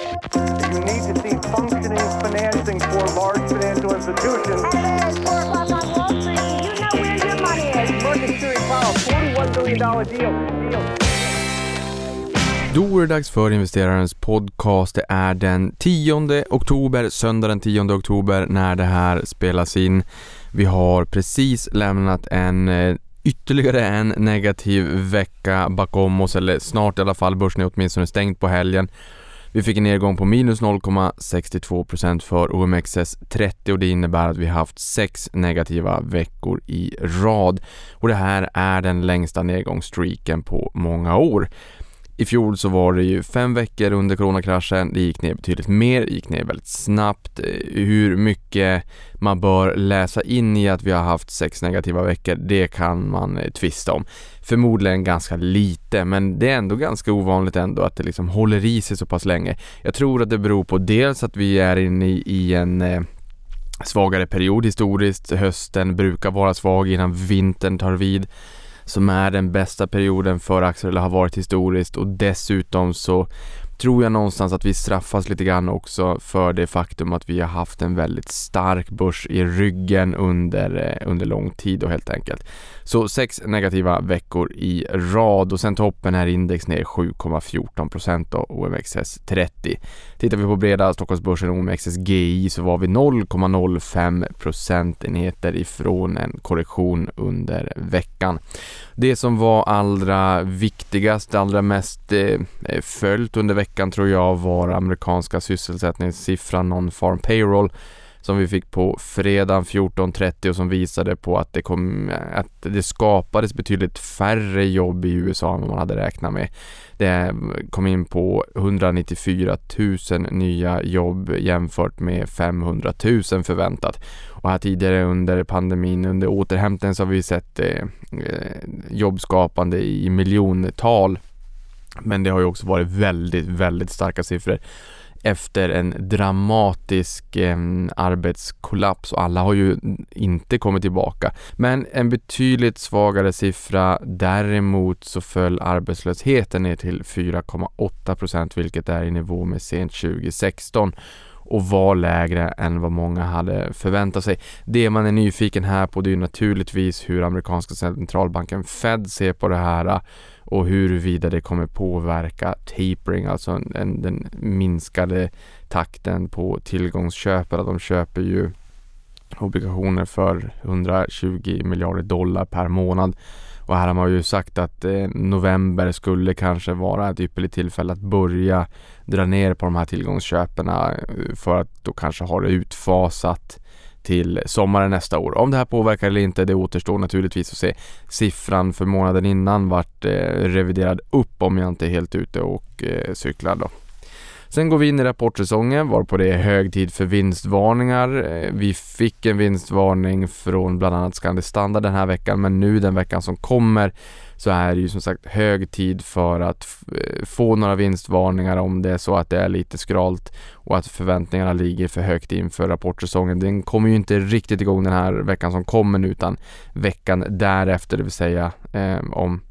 You need to see functioning financing for large financial institutions. Hello, 4 o'clock on Wall Street. You know where your money is. Market Security Powell, $41 billion deal. Då är det dags för investerarens podcast. Det är den 10 oktober, söndag den 10 oktober när det här spelas in. Vi har precis lämnat ytterligare en negativ vecka bakom oss, eller snart i alla fall. Börsen är åtminstone stängt på helgen. Vi fick en nedgång på minus 0,62% för OMXS30 och det innebär att vi har haft 6 negativa veckor i rad. Och det här är den längsta nedgångsstreaken på många år. I fjol så var det ju 5 veckor under coronakraschen. Det gick ner betydligt mer, gick ner väldigt snabbt. Hur mycket man bör läsa in i att vi har haft 6 negativa veckor, det kan man tvista om. Förmodligen ganska lite, men det är ändå ganska ovanligt ändå att det liksom håller i sig så pass länge. Jag tror att det beror på dels att vi är inne i en svagare period historiskt. Hösten brukar vara svag innan vintern tar vid, som är den bästa perioden för aktier eller har varit historiskt, och dessutom så tror jag någonstans att vi straffas lite grann också för det faktum att vi har haft en väldigt stark börs i ryggen under lång tid och helt enkelt. Så 6 negativa veckor i rad och sen toppen är index ner 7,14% av OMXS30. Tittar vi på breda Stockholmsbörsen OMXSGI så var vi 0,05 procentenheter ifrån en korrektion under veckan. Det som var allra viktigast, allra mest följt under veckan tror jag var amerikanska sysselsättningssiffran non-farm payroll som vi fick på fredagen 14.30 och som visade på att det skapades betydligt färre jobb i USA än vad man hade räknat med. Det kom in på 194 000 nya jobb jämfört med 500 000 förväntat. Och här tidigare under pandemin, under återhämtningen, så har vi sett jobbskapande i miljontal. Men det har ju också varit väldigt, väldigt starka siffror efter en dramatisk arbetskollaps, och alla har ju inte kommit tillbaka. Men en betydligt svagare siffra. Däremot så föll arbetslösheten ner till 4,8%, vilket är i nivå med sent 2016 och var lägre än vad många hade förväntat sig. Det man är nyfiken här på, det är ju naturligtvis hur amerikanska centralbanken Fed ser på det här och huruvida det kommer påverka tapering, alltså den minskade takten på tillgångsköpare. De köper ju obligationer för 120 miljarder dollar per månad. Och här har man ju sagt att november skulle kanske vara ett ypperligt tillfälle att börja dra ner på de här tillgångsköperna för att då kanske ha det utfasat till sommaren nästa år. Om det här påverkar eller inte, det återstår naturligtvis att se. Siffran för månaden innan vart reviderad upp, om jag inte är helt ute och cyklar då. Sen går vi in i rapportsäsongen, varpå det är hög tid för vinstvarningar. Vi fick en vinstvarning från bland annat Scandi Standard den här veckan, men nu den veckan som kommer så är det ju som sagt hög tid för att få några vinstvarningar om det är så att det är lite skralt och att förväntningarna ligger för högt inför rapportsäsongen. Den kommer ju inte riktigt igång den här veckan som kommer nu, utan veckan därefter, det vill säga om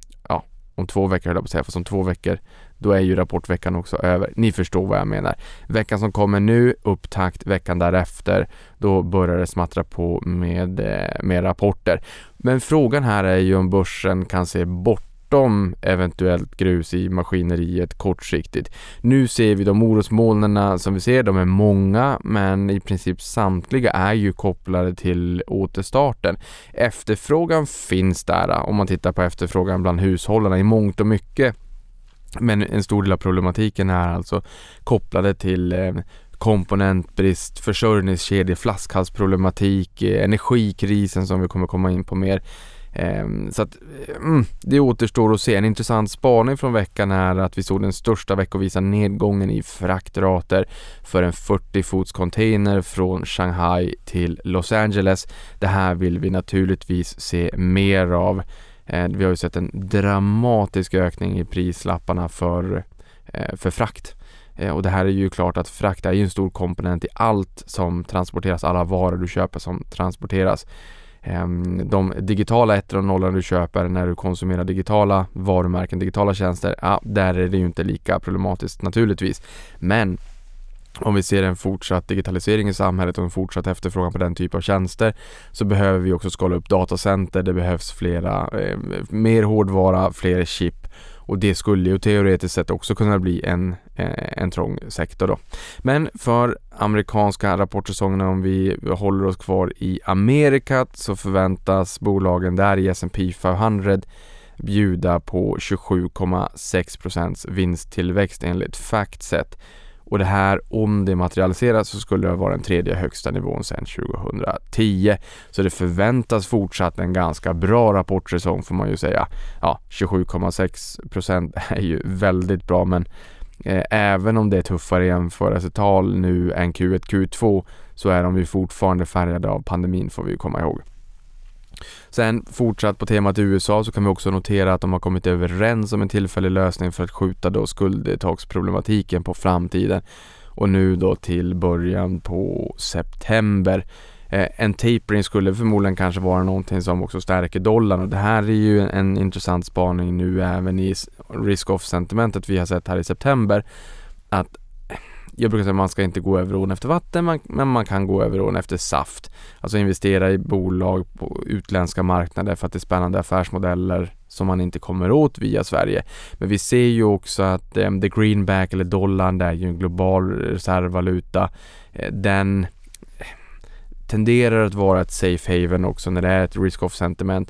2 veckor, höll jag på att säga, för om 2 veckor då är ju rapportveckan också över. Ni förstår vad jag menar. Veckan som kommer nu, upptakt veckan därefter, då börjar det smattra på med rapporter. Men frågan här är ju om börsen kan se bortom eventuellt grus i maskineriet kortsiktigt. Nu ser vi de orosmolnerna som vi ser, de är många, men i princip samtliga är ju kopplade till återstarten. Efterfrågan finns där, om man tittar på efterfrågan bland hushållarna i mångt och mycket. Men en stor del av problematiken är alltså kopplade till komponentbrist, försörjningskedje, flaskhalsproblematik, energikrisen som vi kommer komma in på mer. Så att det återstår att se. En intressant spaning från veckan är att vi såg den största veckovisa nedgången i fraktrater för en 40-fots container från Shanghai till Los Angeles. Det här vill vi naturligtvis se mer av. Vi har ju sett en dramatisk ökning i prislapparna för frakt. Och det här är ju klart att frakt är ju en stor komponent i allt som transporteras, alla varor du köper som transporteras. De digitala ettor och nollor du köper när du konsumerar digitala varumärken, digitala tjänster, där är det ju inte lika problematiskt naturligtvis. Men om vi ser en fortsatt digitalisering i samhället och en fortsatt efterfrågan på den typen av tjänster, så behöver vi också skala upp datacenter. Det behövs mer hårdvara, fler chip, och det skulle ju teoretiskt sett också kunna bli en trång sektor då. Men för amerikanska rapportsäsongen, om vi håller oss kvar i Amerika, så förväntas bolagen där i S&P 500 bjuda på 27,6% vinsttillväxt enligt FactSet. Och det här, om det materialiseras, så skulle det vara den tredje högsta nivån sedan 2010. Så det förväntas fortsatt en ganska bra rapportsäsong, får man ju säga. 27,6% är ju väldigt bra, men även om det är tuffare jämförelsetal nu än Q1, Q2, så är de ju fortfarande färgade av pandemin, får vi ju komma ihåg. Sen fortsatt på temat USA, så kan vi också notera att de har kommit överens om en tillfällig lösning för att skjuta då skuldetagsproblematiken på framtiden, och nu då till början på september. En tapering skulle förmodligen kanske vara någonting som också stärker dollarn, och det här är ju en intressant spaning nu även i risk-off-sentimentet vi har sett här i september, att jag brukar säga att man ska inte gå över ån efter vatten, men man kan gå över ån efter saft. Alltså investera i bolag på utländska marknader för att det är spännande affärsmodeller som man inte kommer åt via Sverige. Men vi ser ju också att the greenback eller dollarn, det är ju en global reservvaluta. Den tenderar att vara ett safe haven också när det är ett risk-off sentiment.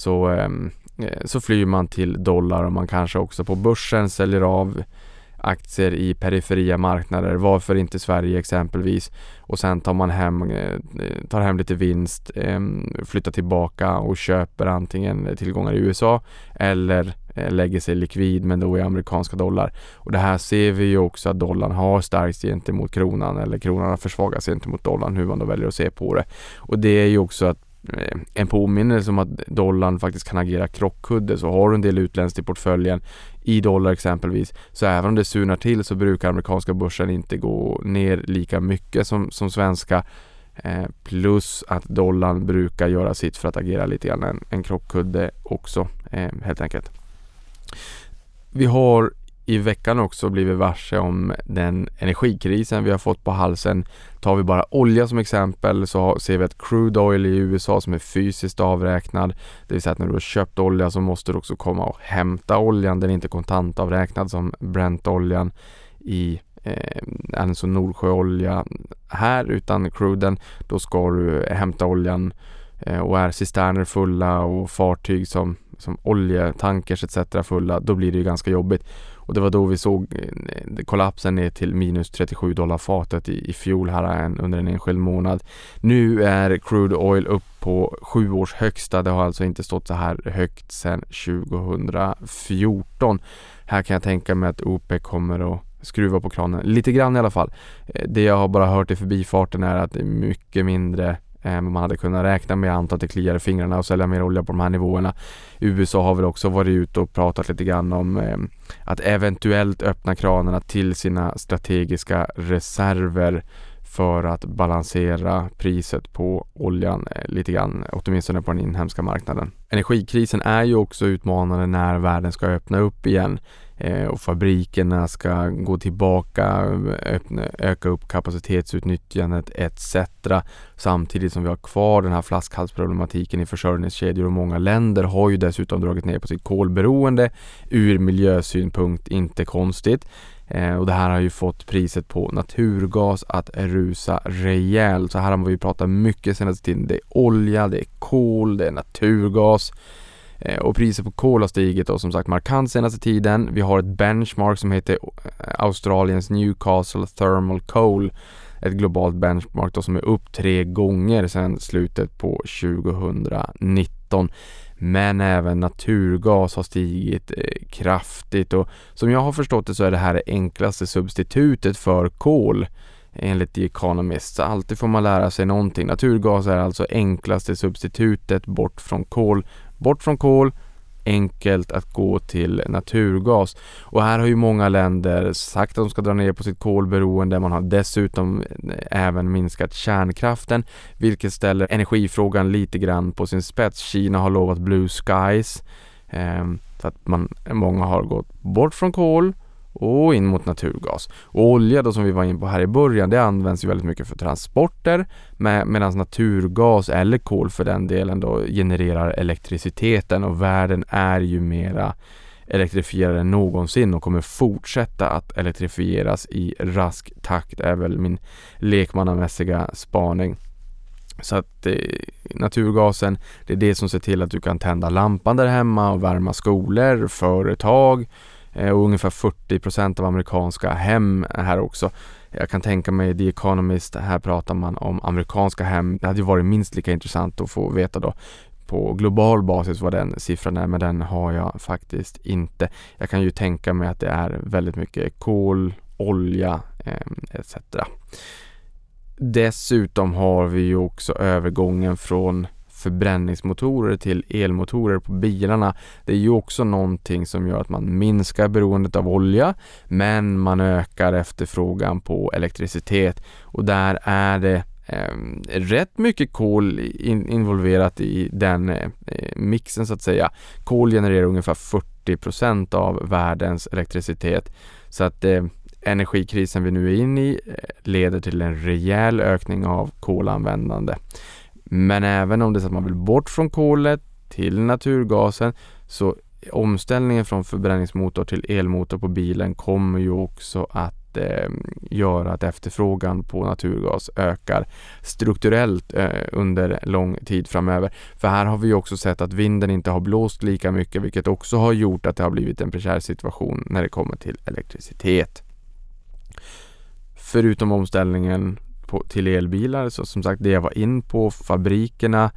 Så flyr man till dollar, och man kanske också på börsen säljer av aktier i periferia marknader, varför inte Sverige exempelvis, och sen tar hem lite vinst, flyttar tillbaka och köper antingen tillgångar i USA eller lägger sig likvid, men då i amerikanska dollar. Och det här ser vi ju också att dollarn har stärkts gentemot kronan, eller kronan har försvagats gentemot dollarn, hur man då väljer att se på det. Och det är ju också att en påminnelse om att dollarn faktiskt kan agera krockkudde. Så har du en del utländskt i portföljen i dollar exempelvis, så även om det surnar till, så brukar amerikanska börsen inte gå ner lika mycket som svenska, plus att dollarn brukar göra sitt för att agera lite grann en krockkudde också, helt enkelt. Vi har i veckan också blivit varse om den energikrisen vi har fått på halsen. Tar vi bara olja som exempel, så ser vi att crude oil i USA som är fysiskt avräknad. Det vill säga att när du har köpt olja så måste du också komma och hämta oljan. Den är inte kontantavräknad som Brent-oljan i alltså Nordsjöolja här, utan cruden. Då ska du hämta oljan, och är cisterner fulla och fartyg som oljetankers etc. fulla, då blir det ju ganska jobbigt. Och det var då vi såg kollapsen ner till minus $37 fatet i fjol här under en enskild månad. Nu är crude oil upp på 7 års högsta. Det har alltså inte stått så här högt sedan 2014. Här kan jag tänka mig att OPEC kommer att skruva på kranen lite grann i alla fall. Det jag har bara hört i förbifarten är att det är mycket mindre man hade kunnat räkna med, antar att det kliar i fingrarna och sälja mer olja på de här nivåerna. USA har väl också varit ute och pratat lite grann om att eventuellt öppna kranarna till sina strategiska reserver för att balansera priset på oljan lite grann, åtminstone på den inhemska marknaden. Energikrisen är ju också utmanande när världen ska öppna upp igen och fabrikerna ska gå tillbaka, öka upp kapacitetsutnyttjandet etc. Samtidigt som vi har kvar den här flaskhalsproblematiken i försörjningskedjor, och många länder har ju dessutom dragit ner på sitt kolberoende. Ur miljösynpunkt inte konstigt. Och det här har ju fått priset på naturgas att rusa rejält. Så här har vi pratat mycket senaste tiden. Det är olja, det är kol, det är naturgas. Och priset på kol har stigit då, som sagt, markant senaste tiden. Vi har ett benchmark som heter Australiens Newcastle Thermal Coal. Ett globalt benchmark då, som är upp 3 gånger sedan slutet på 2019. Men även naturgas har stigit kraftigt, och som jag har förstått det så är det här det enklaste substitutet för kol enligt The Economist. Så alltid får man lära sig någonting. Naturgas är alltså enklaste substitutet bort från kol, enkelt att gå till naturgas. Och här har ju många länder sagt att de ska dra ner på sitt kolberoende. Man har dessutom även minskat kärnkraften, vilket ställer energifrågan lite grann på sin spets. Kina har lovat blue skies, för att många har gått bort från kol och in mot naturgas. Och olja då, som vi var in på här i början, det används ju väldigt mycket för transporter, medan naturgas eller kol för den delen då genererar elektriciteten, och världen är ju mera elektrifierad än någonsin och kommer fortsätta att elektrifieras i rask takt, är väl min lekmannamässiga spaning. Så att naturgasen, det är det som ser till att du kan tända lampan där hemma och värma skolor, företag, och ungefär 40% av amerikanska hem här också. Jag kan tänka mig The Economist, här pratar man om amerikanska hem. Det hade ju varit minst lika intressant att få veta då på global basis vad den siffran är, men den har jag faktiskt inte. Jag kan ju tänka mig att det är väldigt mycket kol, olja etc. Dessutom har vi ju också övergången från förbränningsmotorer till elmotorer på bilarna. Det är ju också någonting som gör att man minskar beroendet av olja, men man ökar efterfrågan på elektricitet, och där är det rätt mycket kol involverat i den mixen så att säga. Kol genererar ungefär 40% av världens elektricitet, så att energikrisen vi nu är inne i leder till en rejäl ökning av kolanvändande. Men även om det är så att man vill bort från kolet till naturgasen, så omställningen från förbränningsmotor till elmotor på bilen kommer ju också att göra att efterfrågan på naturgas ökar strukturellt under lång tid framöver. För här har vi också sett att vinden inte har blåst lika mycket, vilket också har gjort att det har blivit en prekär situation när det kommer till elektricitet. Förutom omställningen till elbilar, så som sagt, det jag var in på, fabrikerna,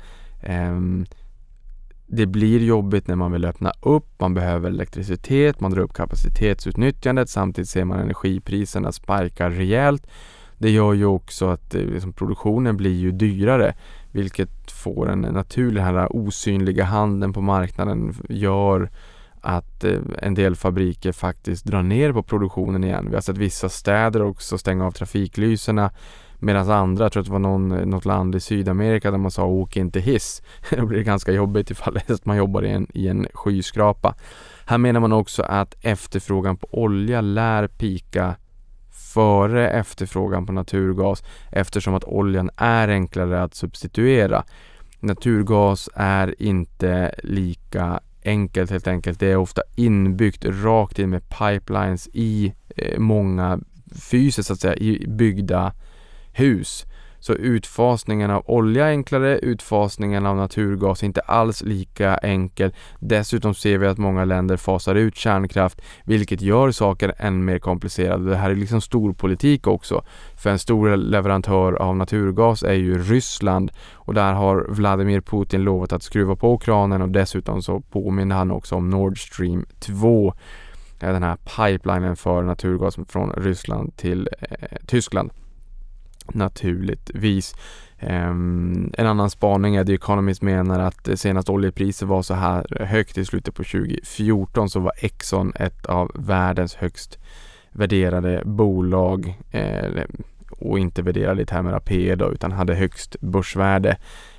det blir jobbigt när man vill öppna upp, man behöver elektricitet, man drar upp kapacitetsutnyttjandet, samtidigt ser man energipriserna spikar rejält. Det gör ju också att produktionen blir ju dyrare, vilket får en naturlig här osynliga handeln på marknaden, gör att en del fabriker faktiskt drar ner på produktionen igen. Vi har sett vissa städer också stänga av trafiklyserna, medan andra, jag tror att det var något land i Sydamerika där man sa åk inte hiss. Det blir ganska jobbigt ifall man jobbar i en skyskrapa. Här menar man också att efterfrågan på olja lär pika före efterfrågan på naturgas, eftersom att oljan är enklare att substituera. Naturgas är inte lika enkelt helt enkelt. Det är ofta inbyggt rakt in med pipelines i många fysiskt så att säga, i byggda hus. Så utfasningen av olja är enklare, utfasningen av naturgas är inte alls lika enkel. Dessutom ser vi att många länder fasar ut kärnkraft, vilket gör saker än mer komplicerade. Det här är liksom stor politik också. För en stor leverantör av naturgas är ju Ryssland, och där har Vladimir Putin lovat att skruva på kranen, och dessutom så påminner han också om Nord Stream 2, den här pipelinen för naturgas från Ryssland till Tyskland. Naturligtvis. En annan spaning är The Economist menar att senast oljepriset var så här högt i slutet på 2014, så var Exxon ett av världens högst värderade bolag, och inte värderade i termer av P då, utan hade högst börsvärde,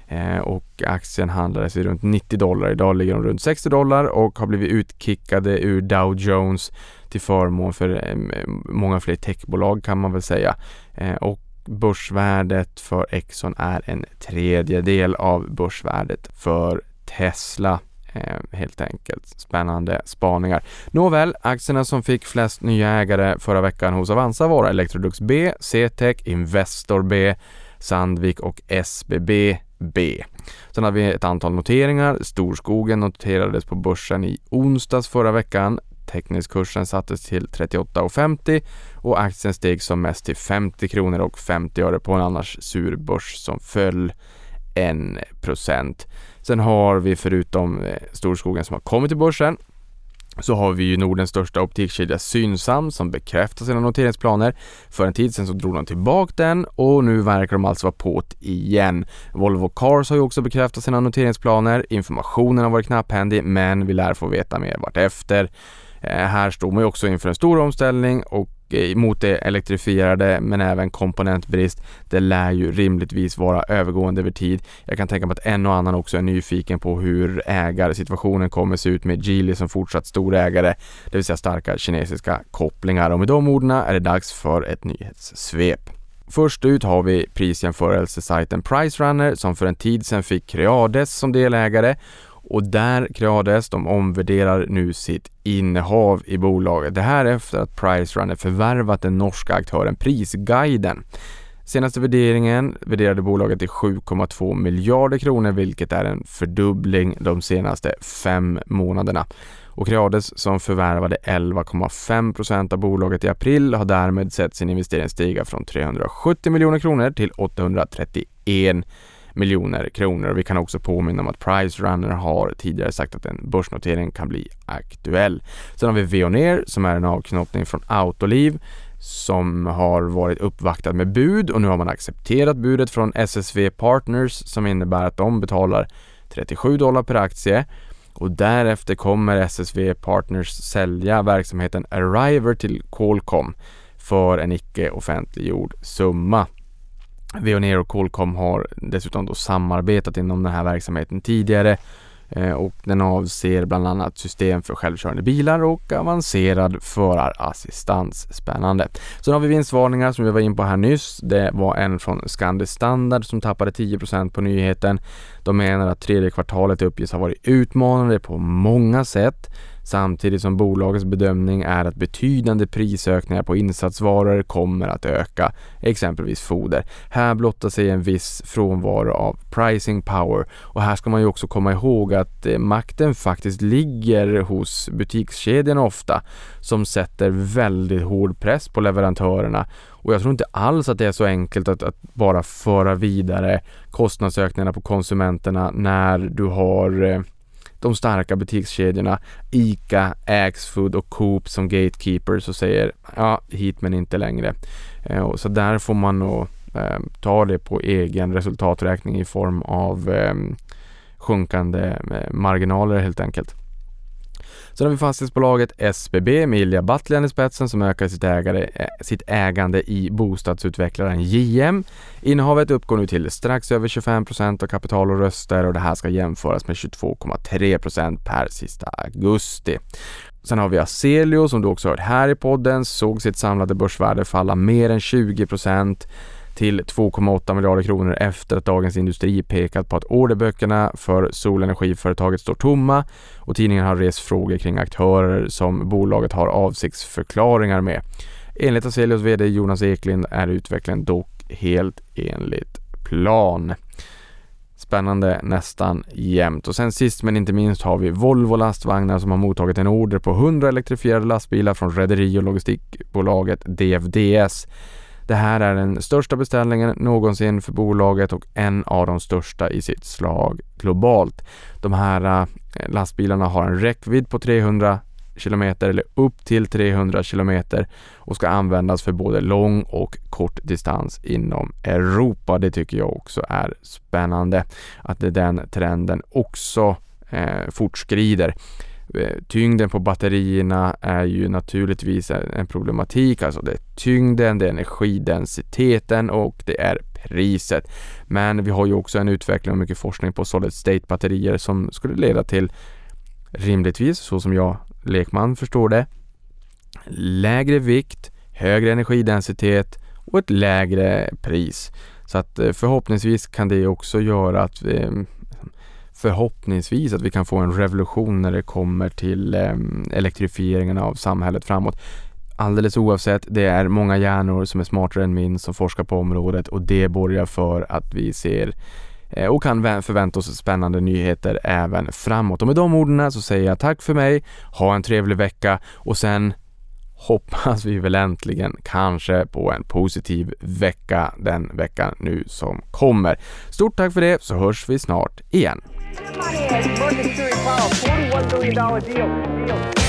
och aktien handlades i runt $90. Idag ligger de runt $60 och har blivit utkickade ur Dow Jones till förmån för många fler techbolag kan man väl säga, och börsvärdet för Exxon är en tredjedel av börsvärdet för Tesla, helt enkelt. Spännande spaningar. Nåväl, aktierna som fick flest nya ägare förra veckan hos Avanza var Electrolux B, CTEC, Investor B, Sandvik och SBB B. Sen har vi ett antal noteringar. Storskogen noterades på börsen i onsdags förra veckan. Teckningskursen sattes till 38,50 och aktien steg som mest till 50 kronor och 50 öre på en annars sur börs som föll 1%. Sen har vi förutom Storskogen som har kommit till börsen så har vi ju Nordens största optikkedja Synsam som bekräftar sina noteringsplaner. För en tid sedan så drog de tillbaka den och nu verkar de alltså vara på igen. Volvo Cars har ju också bekräftat sina noteringsplaner. Informationen har varit knapphändig, men vi lär få veta mer vart efter. Här står man ju också inför en stor omställning och mot det elektrifierade, men även komponentbrist. Det lär ju rimligtvis vara övergående över tid. Jag kan tänka mig att en och annan också är nyfiken på hur ägarsituationen kommer se ut med Geely som fortsatt stor ägare, det vill säga starka kinesiska kopplingar. Och med de orden är det dags för ett nyhetssvep. Först ut har vi prisjämförelsesajten PriceRunner som för en tid sedan fick Creades som delägare. Och där Creades, de omvärderar nu sitt innehav i bolaget. Det här efter att PriceRunner förvärvat den norska aktören Prisguiden. Senaste värderingen värderade bolaget till 7,2 miljarder kronor, vilket är en fördubbling de senaste 5 månaderna. Och Creades som förvärvade 11,5% av bolaget i april har därmed sett sin investering stiga från 370 miljoner kronor till 831 miljoner kronor. Vi kan också påminna om att PriceRunner har tidigare sagt att en börsnotering kan bli aktuell. Sen har vi Veoneer som är en avknoppning från Autoliv som har varit uppvaktad med bud och nu har man accepterat budet från SSV Partners som innebär att de betalar $37 per aktie och därefter kommer SSV Partners sälja verksamheten Arriver till Qualcomm för en icke offentliggjord summa. Veoneer och Qualcomm har dessutom då samarbetat inom den här verksamheten tidigare och den avser bland annat system för självkörande bilar och avancerad förarassistans. Spännande. Sen har vi vinstvarningar som vi var in på här nyss. Det var en från Scandi Standard som tappade 10% på nyheten. De menar att tredje kvartalet uppges ha varit utmanande på många sätt. Samtidigt som bolagets bedömning är att betydande prisökningar på insatsvaror kommer att öka, exempelvis foder. Här blottar sig en viss frånvaro av pricing power och här ska man ju också komma ihåg att makten faktiskt ligger hos butikskedjorna ofta som sätter väldigt hård press på leverantörerna. Och jag tror inte alls att det är så enkelt att bara föra vidare kostnadsökningarna på konsumenterna när du har de starka butikskedjorna ICA, Axfood och Coop som gatekeepers och säger ja, hit men inte längre. Så där får man nog ta det på egen resultaträkning i form av sjunkande marginaler helt enkelt. Sen har vi fastighetsbolaget SBB med Ilja Batljan i spetsen som ökar sitt ägande i bostadsutvecklaren JM. Innehavet uppgår nu till strax över 25% av kapital och röster och det här ska jämföras med 22,3% per sista augusti. Sen har vi Aselio som du också hört här i podden såg sitt samlade börsvärde falla mer än 20% till 2,8 miljarder kronor efter att Dagens Industri pekat på att orderböckerna för solenergiföretaget står tomma och tidningen har rest frågor kring aktörer som bolaget har avsiktsförklaringar med. Enligt Aselios vd Jonas Eklind är utvecklingen dock helt enligt plan. Spännande nästan jämnt. Och sen sist men inte minst har vi Volvo lastvagnar som har mottagit en order på 100 elektrifierade lastbilar från rederi- och logistikbolaget DFDS. Det här är den största beställningen någonsin för bolaget och en av de största i sitt slag globalt. De här lastbilarna har en räckvidd på 300 km eller upp till 300 km och ska användas för både lång och kort distans inom Europa. Det tycker jag också är spännande att den trenden också fortskrider. Tyngden på batterierna är ju naturligtvis en problematik, alltså det är tyngden, det är energidensiteten och det är priset. Men vi har ju också en utveckling och mycket forskning på solid state batterier som skulle leda till rimligtvis, så som jag lekman förstår det, lägre vikt, högre energidensitet och ett lägre pris. Så att förhoppningsvis kan det också göra att vi kan få en revolution när det kommer till elektrifieringen av samhället framåt. Alldeles oavsett, det är många hjärnor som är smartare än min som forskar på området och det borgar för att vi ser och kan förvänta oss spännande nyheter även framåt. Och med de orden så säger jag tack för mig, ha en trevlig vecka och sen hoppas vi väl äntligen kanske på en positiv vecka den veckan nu som kommer. Stort tack för det så hörs vi snart igen. Emergency Power, $41 billion deal.